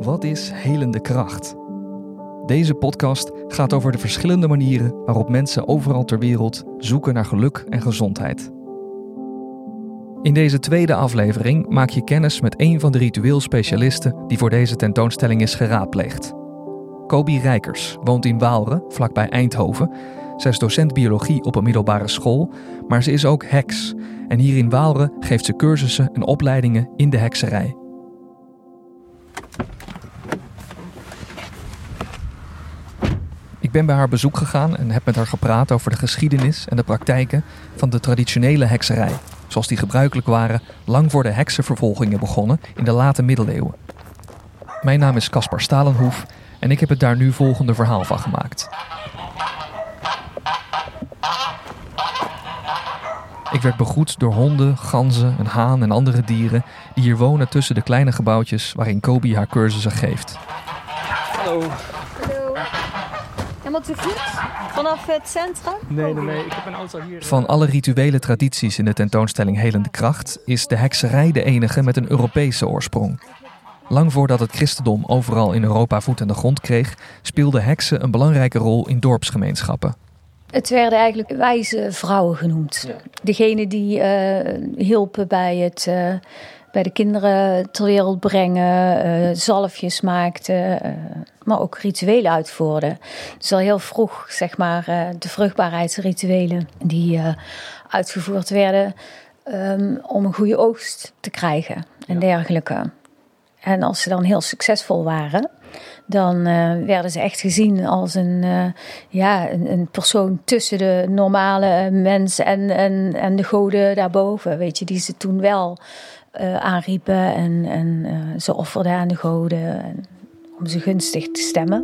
Wat is helende kracht? Deze podcast gaat over de verschillende manieren waarop mensen overal ter wereld zoeken naar geluk en gezondheid. In deze tweede aflevering maak je kennis met een van de ritueelspecialisten die voor deze tentoonstelling is geraadpleegd. Kobi Rijkers woont in Waalre, vlakbij Eindhoven. Zij is docent biologie op een middelbare school, maar ze is ook heks. En hier in Waalre geeft ze cursussen en opleidingen in de hekserij. Ik ben bij haar bezoek gegaan en heb met haar gepraat over de geschiedenis en de praktijken van de traditionele hekserij, zoals die gebruikelijk waren lang voor de heksenvervolgingen begonnen in de late middeleeuwen. Mijn naam is Caspar Stalenhoef en ik heb het daar nu volgende verhaal van gemaakt. Ik werd begroet door honden, ganzen, een haan en andere dieren die hier wonen tussen de kleine gebouwtjes waarin Kobi haar cursussen geeft. Hallo. Hallo. Helemaal te voet? Vanaf het centrum? Nee. Ik heb een auto hier. Van alle rituele tradities in de tentoonstelling Helende Kracht is de hekserij de enige met een Europese oorsprong. Lang voordat het christendom overal in Europa voet aan de grond kreeg, speelden heksen een belangrijke rol in dorpsgemeenschappen. Het werden eigenlijk wijze vrouwen genoemd. Ja. Degene die hielpen bij de kinderen ter wereld brengen, zalfjes maakten, maar ook rituelen uitvoerden. Dus al heel vroeg, zeg maar, de vruchtbaarheidsrituelen die uitgevoerd werden om een goede oogst te krijgen en dergelijke. En als ze dan heel succesvol waren, dan werden ze echt gezien als een persoon tussen de normale mens en de goden daarboven. Weet je, die ze toen wel aanriepen en ze offerden aan de goden om ze gunstig te stemmen.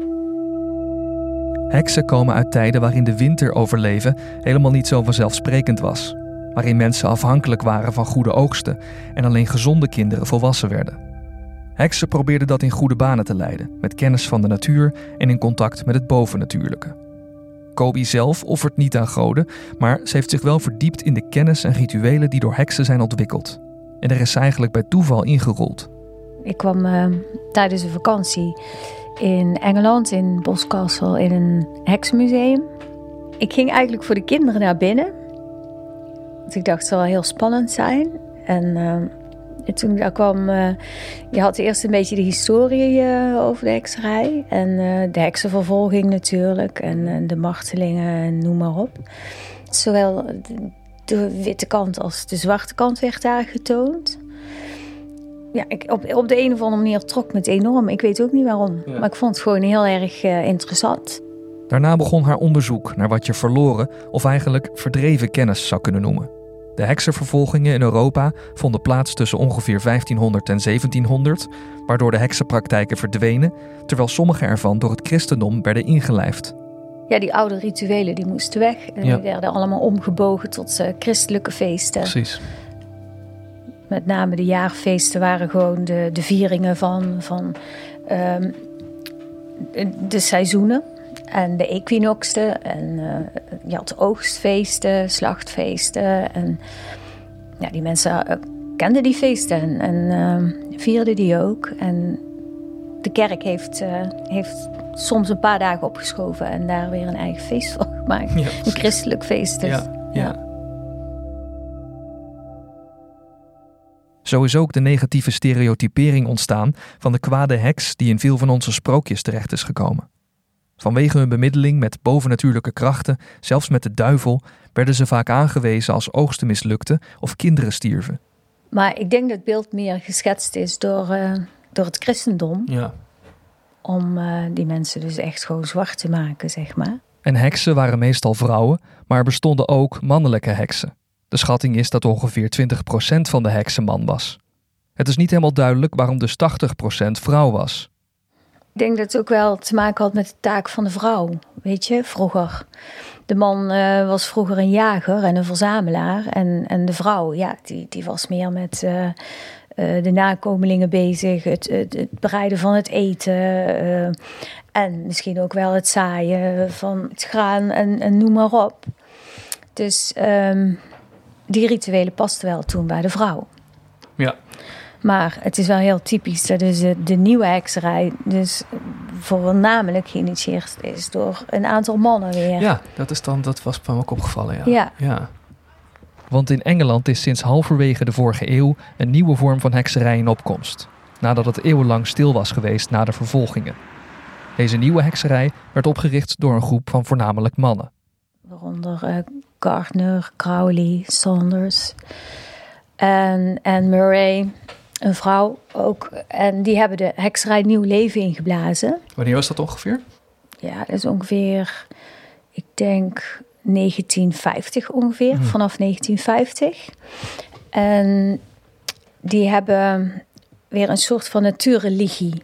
Heksen komen uit tijden waarin de winter overleven helemaal niet zo vanzelfsprekend was. Waarin mensen afhankelijk waren van goede oogsten en alleen gezonde kinderen volwassen werden. Heksen probeerden dat in goede banen te leiden, met kennis van de natuur en in contact met het bovennatuurlijke. Kobi zelf offert niet aan goden, maar ze heeft zich wel verdiept in de kennis en rituelen die door heksen zijn ontwikkeld. En er is ze eigenlijk bij toeval ingerold. Ik kwam tijdens een vakantie in Engeland, in Boscastle, in een heksenmuseum. Ik ging eigenlijk voor de kinderen naar binnen. Want ik dacht, het zal wel heel spannend zijn. En toen daar kwam, je had eerst een beetje de historie over de hekserij. En de heksenvervolging natuurlijk. En de martelingen en noem maar op. Zowel de witte kant als de zwarte kant werd daar getoond. Ja, op de een of andere manier trok me het enorm. Ik weet ook niet waarom. Ja. Maar ik vond het gewoon heel erg interessant. Daarna begon haar onderzoek naar wat je verloren of eigenlijk verdreven kennis zou kunnen noemen. De heksenvervolgingen in Europa vonden plaats tussen ongeveer 1500 en 1700, waardoor de heksenpraktijken verdwenen, terwijl sommige ervan door het christendom werden ingelijfd. Ja, die oude rituelen die moesten weg en die werden allemaal omgebogen tot christelijke feesten. Precies. Met name de jaarfeesten waren gewoon de vieringen van de seizoenen. En de equinoxen en je had oogstfeesten, slachtfeesten. En ja, die mensen kenden die feesten en vierden die ook. En de kerk heeft soms een paar dagen opgeschoven en daar weer een eigen feest van gemaakt. Ja, een christelijk feest. Dus, ja. Zo is ook de negatieve stereotypering ontstaan van de kwade heks die in veel van onze sprookjes terecht is gekomen. Vanwege hun bemiddeling met bovennatuurlijke krachten, zelfs met de duivel, werden ze vaak aangewezen als oogsten mislukten of kinderen stierven. Maar ik denk dat het beeld meer geschetst is door het christendom. Ja. Om die mensen dus echt gewoon zwart te maken, zeg maar. En heksen waren meestal vrouwen, maar er bestonden ook mannelijke heksen. De schatting is dat ongeveer 20% van de heksen man was. Het is niet helemaal duidelijk waarom dus 80% vrouw was. Ik denk dat het ook wel te maken had met de taak van de vrouw, weet je, vroeger. De man was vroeger een jager en een verzamelaar. En de vrouw, ja, die was meer met de nakomelingen bezig. Het bereiden van het eten. En misschien ook wel het zaaien van het graan en noem maar op. Dus die rituelen pasten wel toen bij de vrouw. Ja. Maar het is wel heel typisch dat dus de nieuwe hekserij dus voornamelijk geïnitieerd is door een aantal mannen weer. Ja, dat was me ook opgevallen. Ja. Want in Engeland is sinds halverwege de vorige eeuw een nieuwe vorm van hekserij in opkomst. Nadat het eeuwenlang stil was geweest na de vervolgingen. Deze nieuwe hekserij werd opgericht door een groep van voornamelijk mannen. Waaronder Gardner, Crowley, Saunders en Murray, een vrouw ook. En die hebben de hekserij nieuw leven ingeblazen. Wanneer was dat ongeveer? Ja, dat is ongeveer, ik denk 1950 ongeveer, vanaf 1950. En die hebben weer een soort van natuurreligie,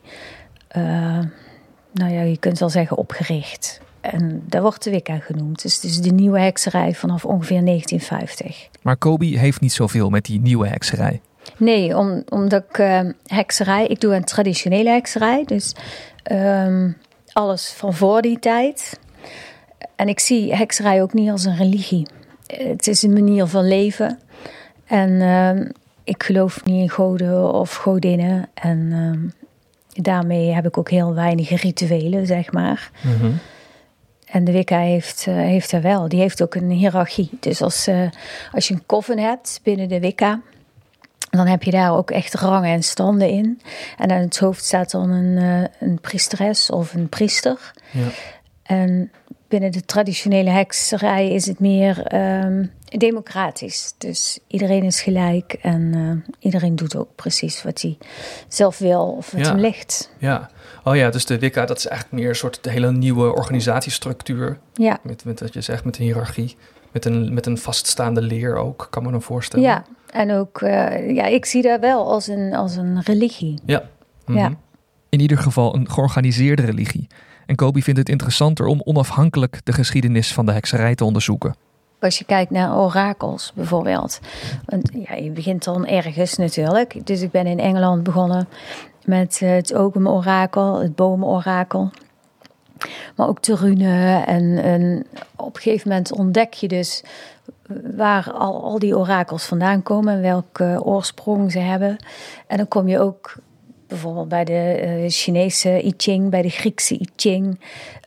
je kunt wel zeggen opgericht. En dat wordt de Wicca genoemd. Dus het is de nieuwe hekserij vanaf ongeveer 1950. Maar Kobi heeft niet zoveel met die nieuwe hekserij. Nee, omdat ik doe een traditionele hekserij. Dus alles van voor die tijd. En ik zie hekserij ook niet als een religie. Het is een manier van leven. En ik geloof niet in goden of godinnen. En daarmee heb ik ook heel weinig rituelen, zeg maar. Mm-hmm. En de Wicca heeft er wel. Die heeft ook een hiërarchie. Dus als je een coven hebt binnen de Wicca, dan heb je daar ook echt rangen en standen in. En aan het hoofd staat dan een priesteres of een priester. Ja. En binnen de traditionele hekserij is het meer democratisch. Dus iedereen is gelijk en iedereen doet ook precies wat hij zelf wil of wat hem ligt. Ja. Oh ja, dus de Wicca, dat is eigenlijk meer een soort hele nieuwe organisatiestructuur. Ja. Met wat je zegt, met een hiërarchie. Met een vaststaande leer ook, kan me dan voorstellen. Ja, en ook, ik zie dat wel als een religie. Ja. Mm-hmm. Ja. In ieder geval een georganiseerde religie. En Kobi vindt het interessanter om onafhankelijk de geschiedenis van de hekserij te onderzoeken. Als je kijkt naar orakels bijvoorbeeld. Want je begint dan ergens natuurlijk. Dus ik ben in Engeland begonnen met het Ogham-orakel, het Bomen-orakel. Maar ook de rune. En op een gegeven moment ontdek je dus waar al die orakels vandaan komen en welke oorsprong ze hebben. En dan kom je ook bijvoorbeeld bij de Chinese I Ching, bij de Griekse I Ching,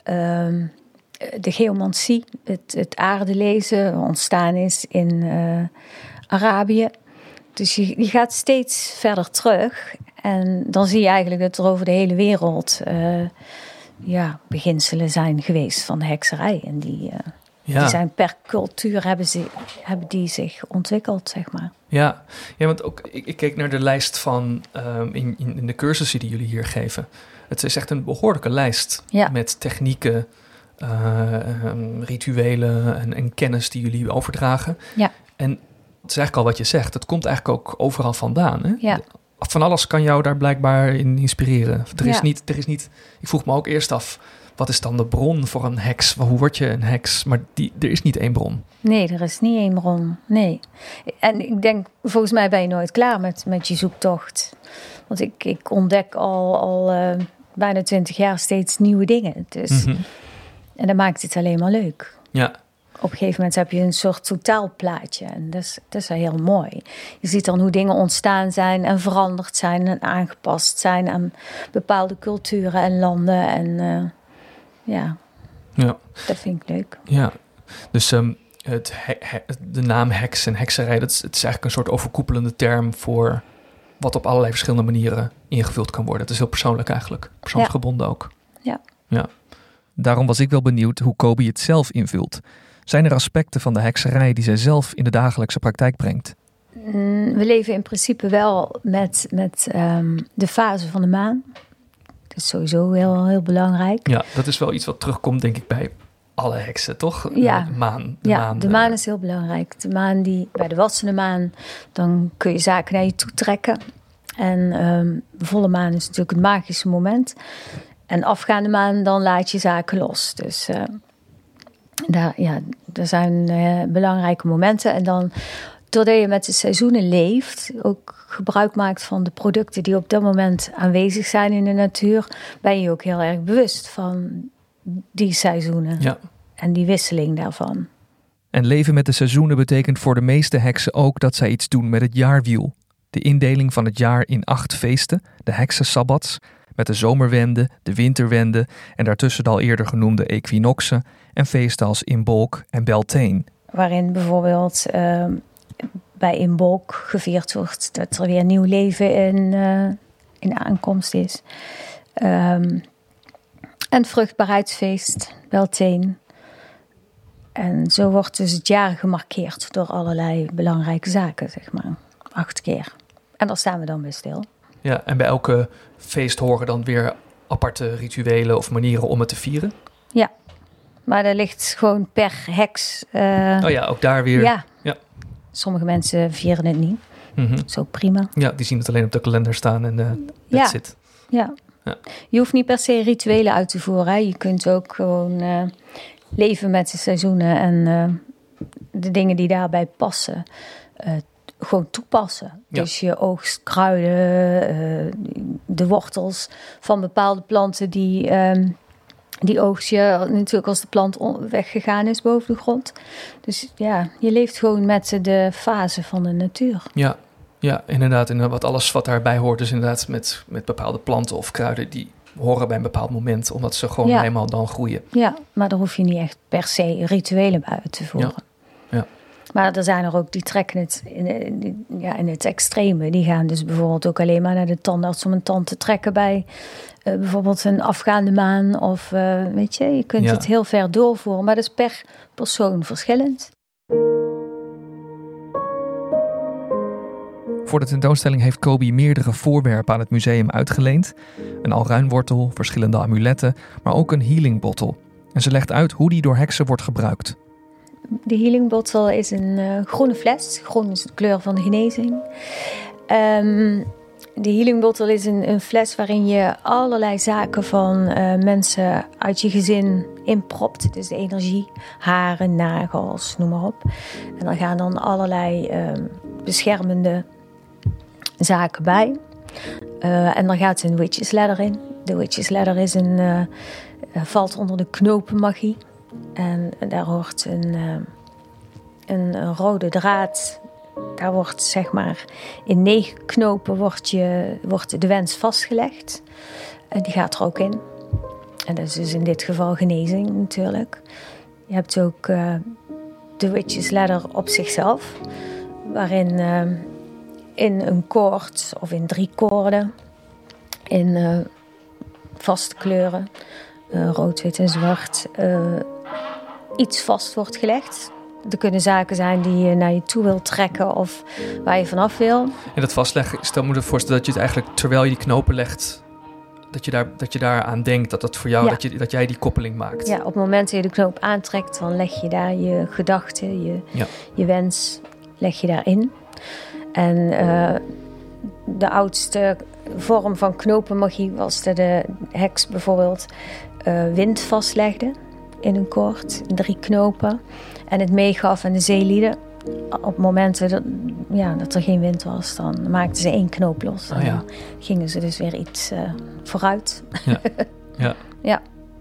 de geomancie, het aardelezen, ontstaan is in Arabië. Dus je gaat steeds verder terug. En dan zie je eigenlijk dat er over de hele wereld beginselen zijn geweest van de hekserij. En die zijn per cultuur hebben die zich ontwikkeld, zeg maar. Ja, want ook ik keek naar de lijst van in de cursussen die jullie hier geven. Het is echt een behoorlijke lijst met technieken, rituelen en kennis die jullie overdragen. Ja. En het is eigenlijk al wat je zegt. Het komt eigenlijk ook overal vandaan. Hè? Ja. Van alles kan jou daar blijkbaar in inspireren. Er is niet. Ik vroeg me ook eerst af, wat is dan de bron voor een heks? Hoe word je een heks? Maar er is niet één bron. Nee, er is niet één bron. Nee. En ik denk, volgens mij ben je nooit klaar met je zoektocht. Want ik ontdek al bijna 20 jaar steeds nieuwe dingen. Dus, en dat maakt het alleen maar leuk. Ja. Op een gegeven moment heb je een soort totaalplaatje. En dat is wel heel mooi. Je ziet dan hoe dingen ontstaan zijn en veranderd zijn en aangepast zijn aan bepaalde culturen en landen. En dat vind ik leuk. Ja, dus de naam heks en hekserij, het is eigenlijk een soort overkoepelende term voor wat op allerlei verschillende manieren ingevuld kan worden. Het is heel persoonlijk eigenlijk, persoonsgebonden ook. Ja. Daarom was ik wel benieuwd hoe Kobi het zelf invult. Zijn er aspecten van de hekserij die zij zelf in de dagelijkse praktijk brengt? We leven in principe wel met de fase van de maan. Dat is sowieso heel belangrijk. Ja, dat is wel iets wat terugkomt, denk ik, bij alle heksen, toch? Ja, de maan is heel belangrijk. De maan bij de wassende maan, dan kun je zaken naar je toe trekken. En de volle maan is natuurlijk het magische moment. En afgaande maan, dan laat je zaken los. Dus er zijn belangrijke momenten. En dan, doordat je met de seizoenen leeft, ook gebruik maakt van de producten die op dat moment aanwezig zijn in de natuur, ben je ook heel erg bewust van die seizoenen. Ja. En die wisseling daarvan. En leven met de seizoenen betekent voor de meeste heksen ook dat zij iets doen met het jaarwiel. de indeling van het jaar in 8 feesten, de heksensabbats, met de zomerwende, de winterwende en daartussen de al eerder genoemde equinoxen en feesten als Imbolc en Beltane. Waarin bijvoorbeeld bij Imbolc gevierd wordt dat er weer nieuw leven in aankomst is. En vruchtbaarheidsfeest, Beltane. En zo wordt dus het jaar gemarkeerd door allerlei belangrijke zaken, zeg maar. 8 keer. En daar staan we dan bij stil. Ja, en bij elke feest horen dan weer aparte rituelen of manieren om het te vieren? Ja, maar dat ligt gewoon per heks. Ook daar weer. Ja. Sommige mensen vieren het niet. Mm-hmm. Dat is ook prima. Ja, die zien het alleen op de kalender staan en that's it. Ja. Je hoeft niet per se rituelen uit te voeren. Hè. Je kunt ook gewoon leven met de seizoenen en de dingen die daarbij passen gewoon toepassen. Ja. Dus je oogst kruiden, de wortels van bepaalde planten die oogst je natuurlijk als de plant weggegaan is boven de grond. Dus ja, je leeft gewoon met de fase van de natuur. Ja, inderdaad. En alles wat daarbij hoort, dus inderdaad met bepaalde planten of kruiden, die horen bij een bepaald moment, omdat ze gewoon helemaal dan groeien. Ja, maar daar hoef je niet echt per se rituelen bij uit te voeren. Ja. Maar er zijn er ook die trekken het in het extreme. Die gaan dus bijvoorbeeld ook alleen maar naar de tandarts om een tand te trekken bij bijvoorbeeld een afgaande maan. Of weet je kunt het heel ver doorvoeren. Maar dat is per persoon verschillend. Voor de tentoonstelling heeft Kobi meerdere voorwerpen aan het museum uitgeleend. Een alruinwortel, verschillende amuletten, maar ook een healing bottle. En ze legt uit hoe die door heksen wordt gebruikt. De healing bottle is een groene fles. Groen is de kleur van de genezing. De healing bottle is een fles waarin je allerlei zaken van mensen uit je gezin inpropt. Dus de energie, haren, nagels, noem maar op. En dan gaan dan allerlei beschermende zaken bij. En dan gaat een witch's ladder in. De witch's ladder is valt onder de knopenmagie. En daar hoort een rode draad. Daar wordt zeg maar in 9 knopen wordt de wens vastgelegd. En die gaat er ook in. En dat is dus in dit geval genezing natuurlijk. Je hebt ook de witch's ladder op zichzelf. Waarin in een koord of in 3 koorden in vaste kleuren, rood, wit en zwart, iets vast wordt gelegd. Er kunnen zaken zijn die je naar je toe wil trekken of waar je vanaf wil. En dat vastleggen, stel me voorstellen dat je het eigenlijk terwijl je die knopen legt, dat je daar aan denkt, dat dat voor jou, dat jij die koppeling maakt. Ja, op het moment dat je de knoop aantrekt, dan leg je daar je gedachten, je wens, leg je daarin. En de oudste vorm van knopenmagie was dat de heks bijvoorbeeld wind vastlegde in een koord, 3 knopen. En het meegaf aan de zeelieden. Op momenten dat er geen wind was, dan maakten ze 1 knoop los. En dan gingen ze dus weer iets vooruit. Ja.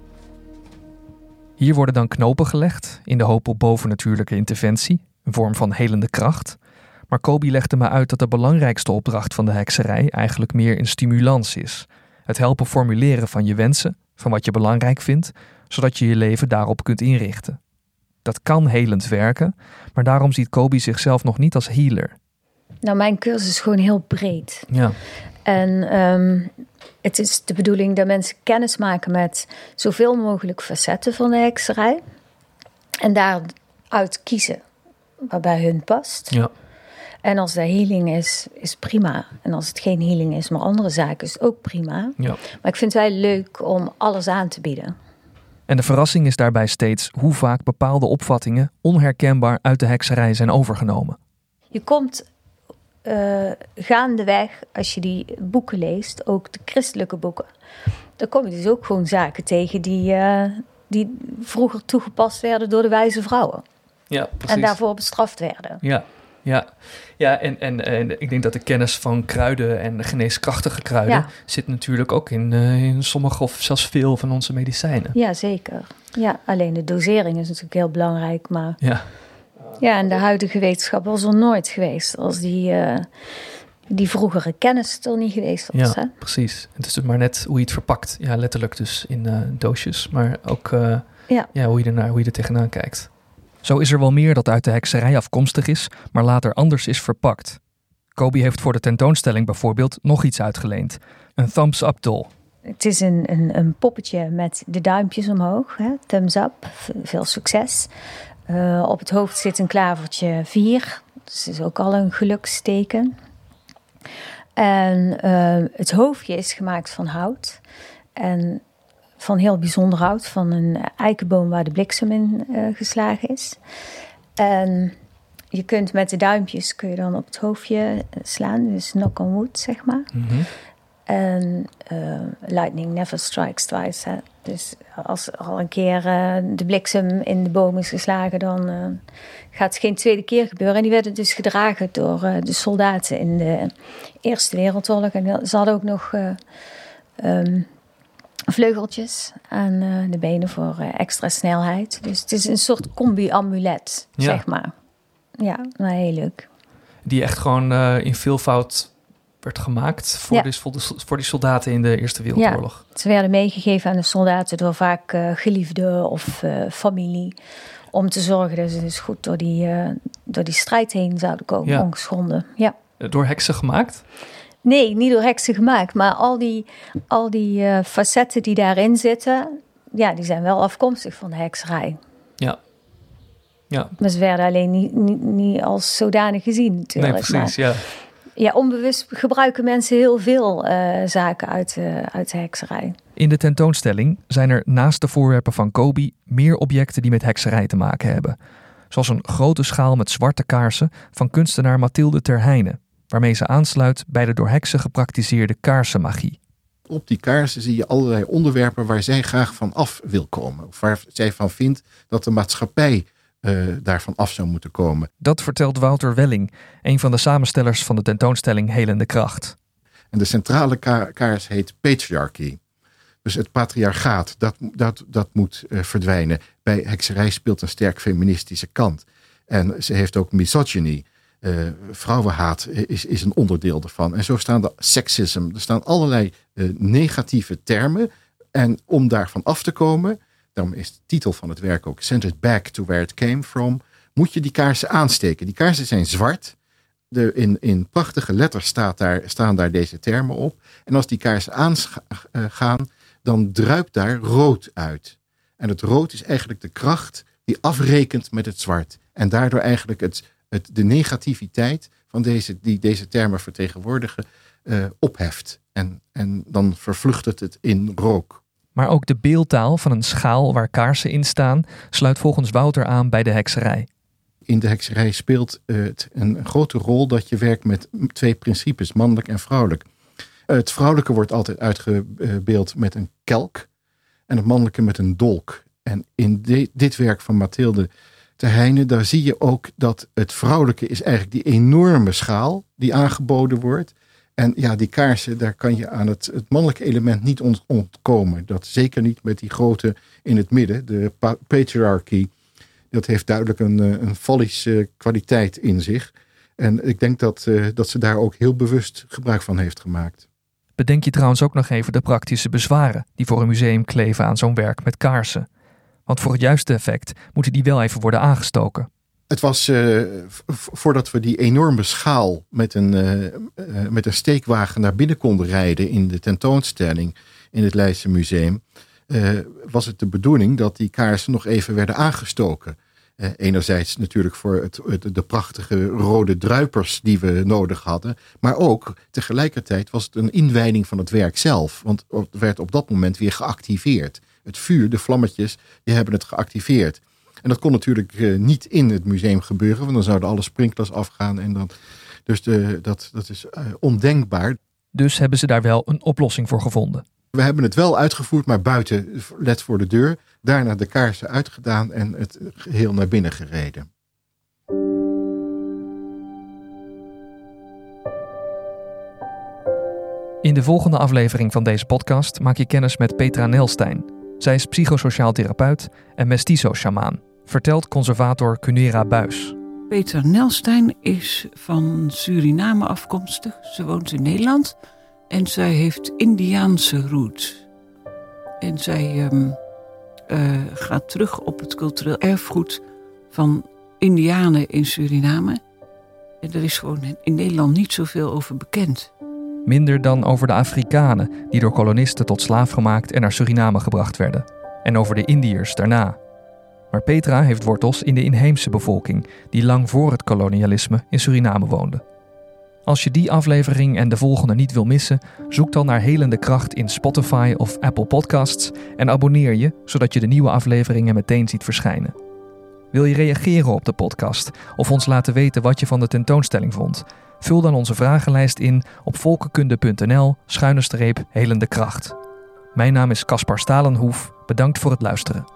Hier worden dan knopen gelegd in de hoop op bovennatuurlijke interventie, een vorm van helende kracht. Maar Kobi legde me uit dat de belangrijkste opdracht van de hekserij eigenlijk meer een stimulans is. Het helpen formuleren van je wensen, van wat je belangrijk vindt, zodat je je leven daarop kunt inrichten. Dat kan helend werken, maar daarom ziet Kobi zichzelf nog niet als healer. Nou, mijn cursus is gewoon heel breed. Ja. En het is de bedoeling dat mensen kennis maken met zoveel mogelijk facetten van de hekserij. En daaruit kiezen wat bij hun past. Ja. En als dat healing is prima. En als het geen healing is, maar andere zaken, is het ook prima. Ja. Maar ik vind het wel leuk om alles aan te bieden. En de verrassing is daarbij steeds hoe vaak bepaalde opvattingen onherkenbaar uit de hekserij zijn overgenomen. Je komt gaandeweg, als je die boeken leest, ook de christelijke boeken, dan kom je dus ook gewoon zaken tegen die vroeger toegepast werden door de wijze vrouwen. Ja, precies. En daarvoor bestraft werden. Ja, en ik denk dat de kennis van kruiden en geneeskrachtige kruiden zit natuurlijk ook in sommige of zelfs veel van onze medicijnen. Ja, zeker. Ja, alleen de dosering is natuurlijk heel belangrijk, maar ja, en de huidige wetenschap was er nooit geweest als die die vroegere kennis er niet geweest was. Ja, hè? precies. Het is dus maar net hoe je het verpakt. Ja, letterlijk dus in doosjes. Maar ook hoe je er tegenaan kijkt. Zo is er wel meer dat uit de hekserij afkomstig is, maar later anders is verpakt. Kobi heeft voor de tentoonstelling bijvoorbeeld nog iets uitgeleend. Een thumbs-up doll. Het is een poppetje met de duimpjes omhoog. Hè? Thumbs up. Veel succes. Op het hoofd zit een klavertje 4. Dus dat is ook al een geluksteken. En het hoofdje is gemaakt van hout. En van heel bijzonder hout. Van een eikenboom waar de bliksem in geslagen is. En je kunt met de duimpjes kun je dan op het hoofdje slaan. Dus knock on wood, zeg maar. Mm-hmm. En lightning never strikes twice. Hè? Dus als er al een keer de bliksem in de boom is geslagen, dan gaat het geen tweede keer gebeuren. En die werden dus gedragen door de soldaten in de Eerste Wereldoorlog. En ze hadden ook nog vleugeltjes aan de benen voor extra snelheid. Dus het is een soort combi-amulet, zeg maar. Ja, maar heel leuk. Die echt gewoon in veelvoud werd gemaakt voor die soldaten in de Eerste Wereldoorlog. Ja, ze werden meegegeven aan de soldaten door vaak geliefden of familie. Om te zorgen dat ze dus goed door die strijd heen zouden komen, ongeschonden. Ja. Door heksen gemaakt? Nee, niet door heksen gemaakt. Maar al die facetten die daarin zitten, ja, die zijn wel afkomstig van de hekserij. Ja. Ja. Maar ze werden alleen niet als zodanig gezien natuurlijk. Nee, precies, ja. Ja, onbewust gebruiken mensen heel veel zaken uit de hekserij. In de tentoonstelling zijn er naast de voorwerpen van Kobi meer objecten die met hekserij te maken hebben. Zoals een grote schaal met zwarte kaarsen van kunstenaar Mathilde ter Heijne, waarmee ze aansluit bij de door heksen gepraktiseerde kaarsenmagie. Op die kaarsen zie je allerlei onderwerpen waar zij graag van af wil komen. Of waar zij van vindt dat de maatschappij daarvan af zou moeten komen. Dat vertelt Wouter Welling, een van de samenstellers van de tentoonstelling Helende Kracht. En de centrale kaars heet patriarchy. Dus het patriarchaat, dat moet verdwijnen. Bij hekserij speelt een sterk feministische kant. En ze heeft ook misogyny. Vrouwenhaat is een onderdeel ervan. En zo staan er seksisme. Er staan allerlei negatieve termen. En om daarvan af te komen, daarom is de titel van het werk ook Send it back to where it came from, moet je die kaarsen aansteken. Die kaarsen zijn zwart. In prachtige letters staan daar deze termen op. En als die kaarsen aangaan, dan druipt daar rood uit. En het rood is eigenlijk de kracht die afrekent met het zwart. En daardoor eigenlijk de negativiteit van die deze termen vertegenwoordigen opheft. En dan vervlucht het in rook. Maar ook de beeldtaal van een schaal waar kaarsen in staan sluit volgens Wouter aan bij de hekserij. In de hekserij speelt het een grote rol dat je werkt met 2 principes, mannelijk en vrouwelijk. Het vrouwelijke wordt altijd uitgebeeld met een kelk en het mannelijke met een dolk. En in dit werk van Mathilde ter Heijne, daar zie je ook dat het vrouwelijke is eigenlijk die enorme schaal die aangeboden wordt. En ja, die kaarsen, daar kan je aan het mannelijke element niet ontkomen. Dat zeker niet met die grote in het midden, de patriarchy. Dat heeft duidelijk een fallische kwaliteit in zich. En ik denk dat ze daar ook heel bewust gebruik van heeft gemaakt. Bedenk je trouwens ook nog even de praktische bezwaren die voor een museum kleven aan zo'n werk met kaarsen. Want voor het juiste effect moeten die wel even worden aangestoken. Het was voordat we die enorme schaal met een steekwagen naar binnen konden rijden in de tentoonstelling in het Leidse Museum, was het de bedoeling dat die kaarsen nog even werden aangestoken. Enerzijds natuurlijk voor de prachtige rode druipers die we nodig hadden. Maar ook tegelijkertijd was het een inwijding van het werk zelf. Want het werd op dat moment weer geactiveerd. Het vuur, de vlammetjes, die hebben het geactiveerd. En dat kon natuurlijk niet in het museum gebeuren. Want dan zouden alle sprinklers afgaan. En dat is ondenkbaar. Dus hebben ze daar wel een oplossing voor gevonden. We hebben het wel uitgevoerd, maar buiten, let voor de deur. Daarna de kaarsen uitgedaan en het geheel naar binnen gereden. In de volgende aflevering van deze podcast maak je kennis met Petra Nelstein. Zij is psychosociaal therapeut en mestizo-sjamaan, vertelt conservator Cunera Buys. Petra Nelstein is van Suriname afkomstig. Ze woont in Nederland en zij heeft Indiaanse roots. En zij gaat terug op het cultureel erfgoed van Indianen in Suriname. En er is gewoon in Nederland niet zoveel over bekend. Minder dan over de Afrikanen die door kolonisten tot slaaf gemaakt en naar Suriname gebracht werden. En over de Indiërs daarna. Maar Petra heeft wortels in de inheemse bevolking die lang voor het kolonialisme in Suriname woonde. Als je die aflevering en de volgende niet wil missen, zoek dan naar Helende Kracht in Spotify of Apple Podcasts en abonneer je, zodat je de nieuwe afleveringen meteen ziet verschijnen. Wil je reageren op de podcast of ons laten weten wat je van de tentoonstelling vond? Vul dan onze vragenlijst in op volkenkunde.nl/Helende Kracht. Mijn naam is Caspar Stalenhoef. Bedankt voor het luisteren.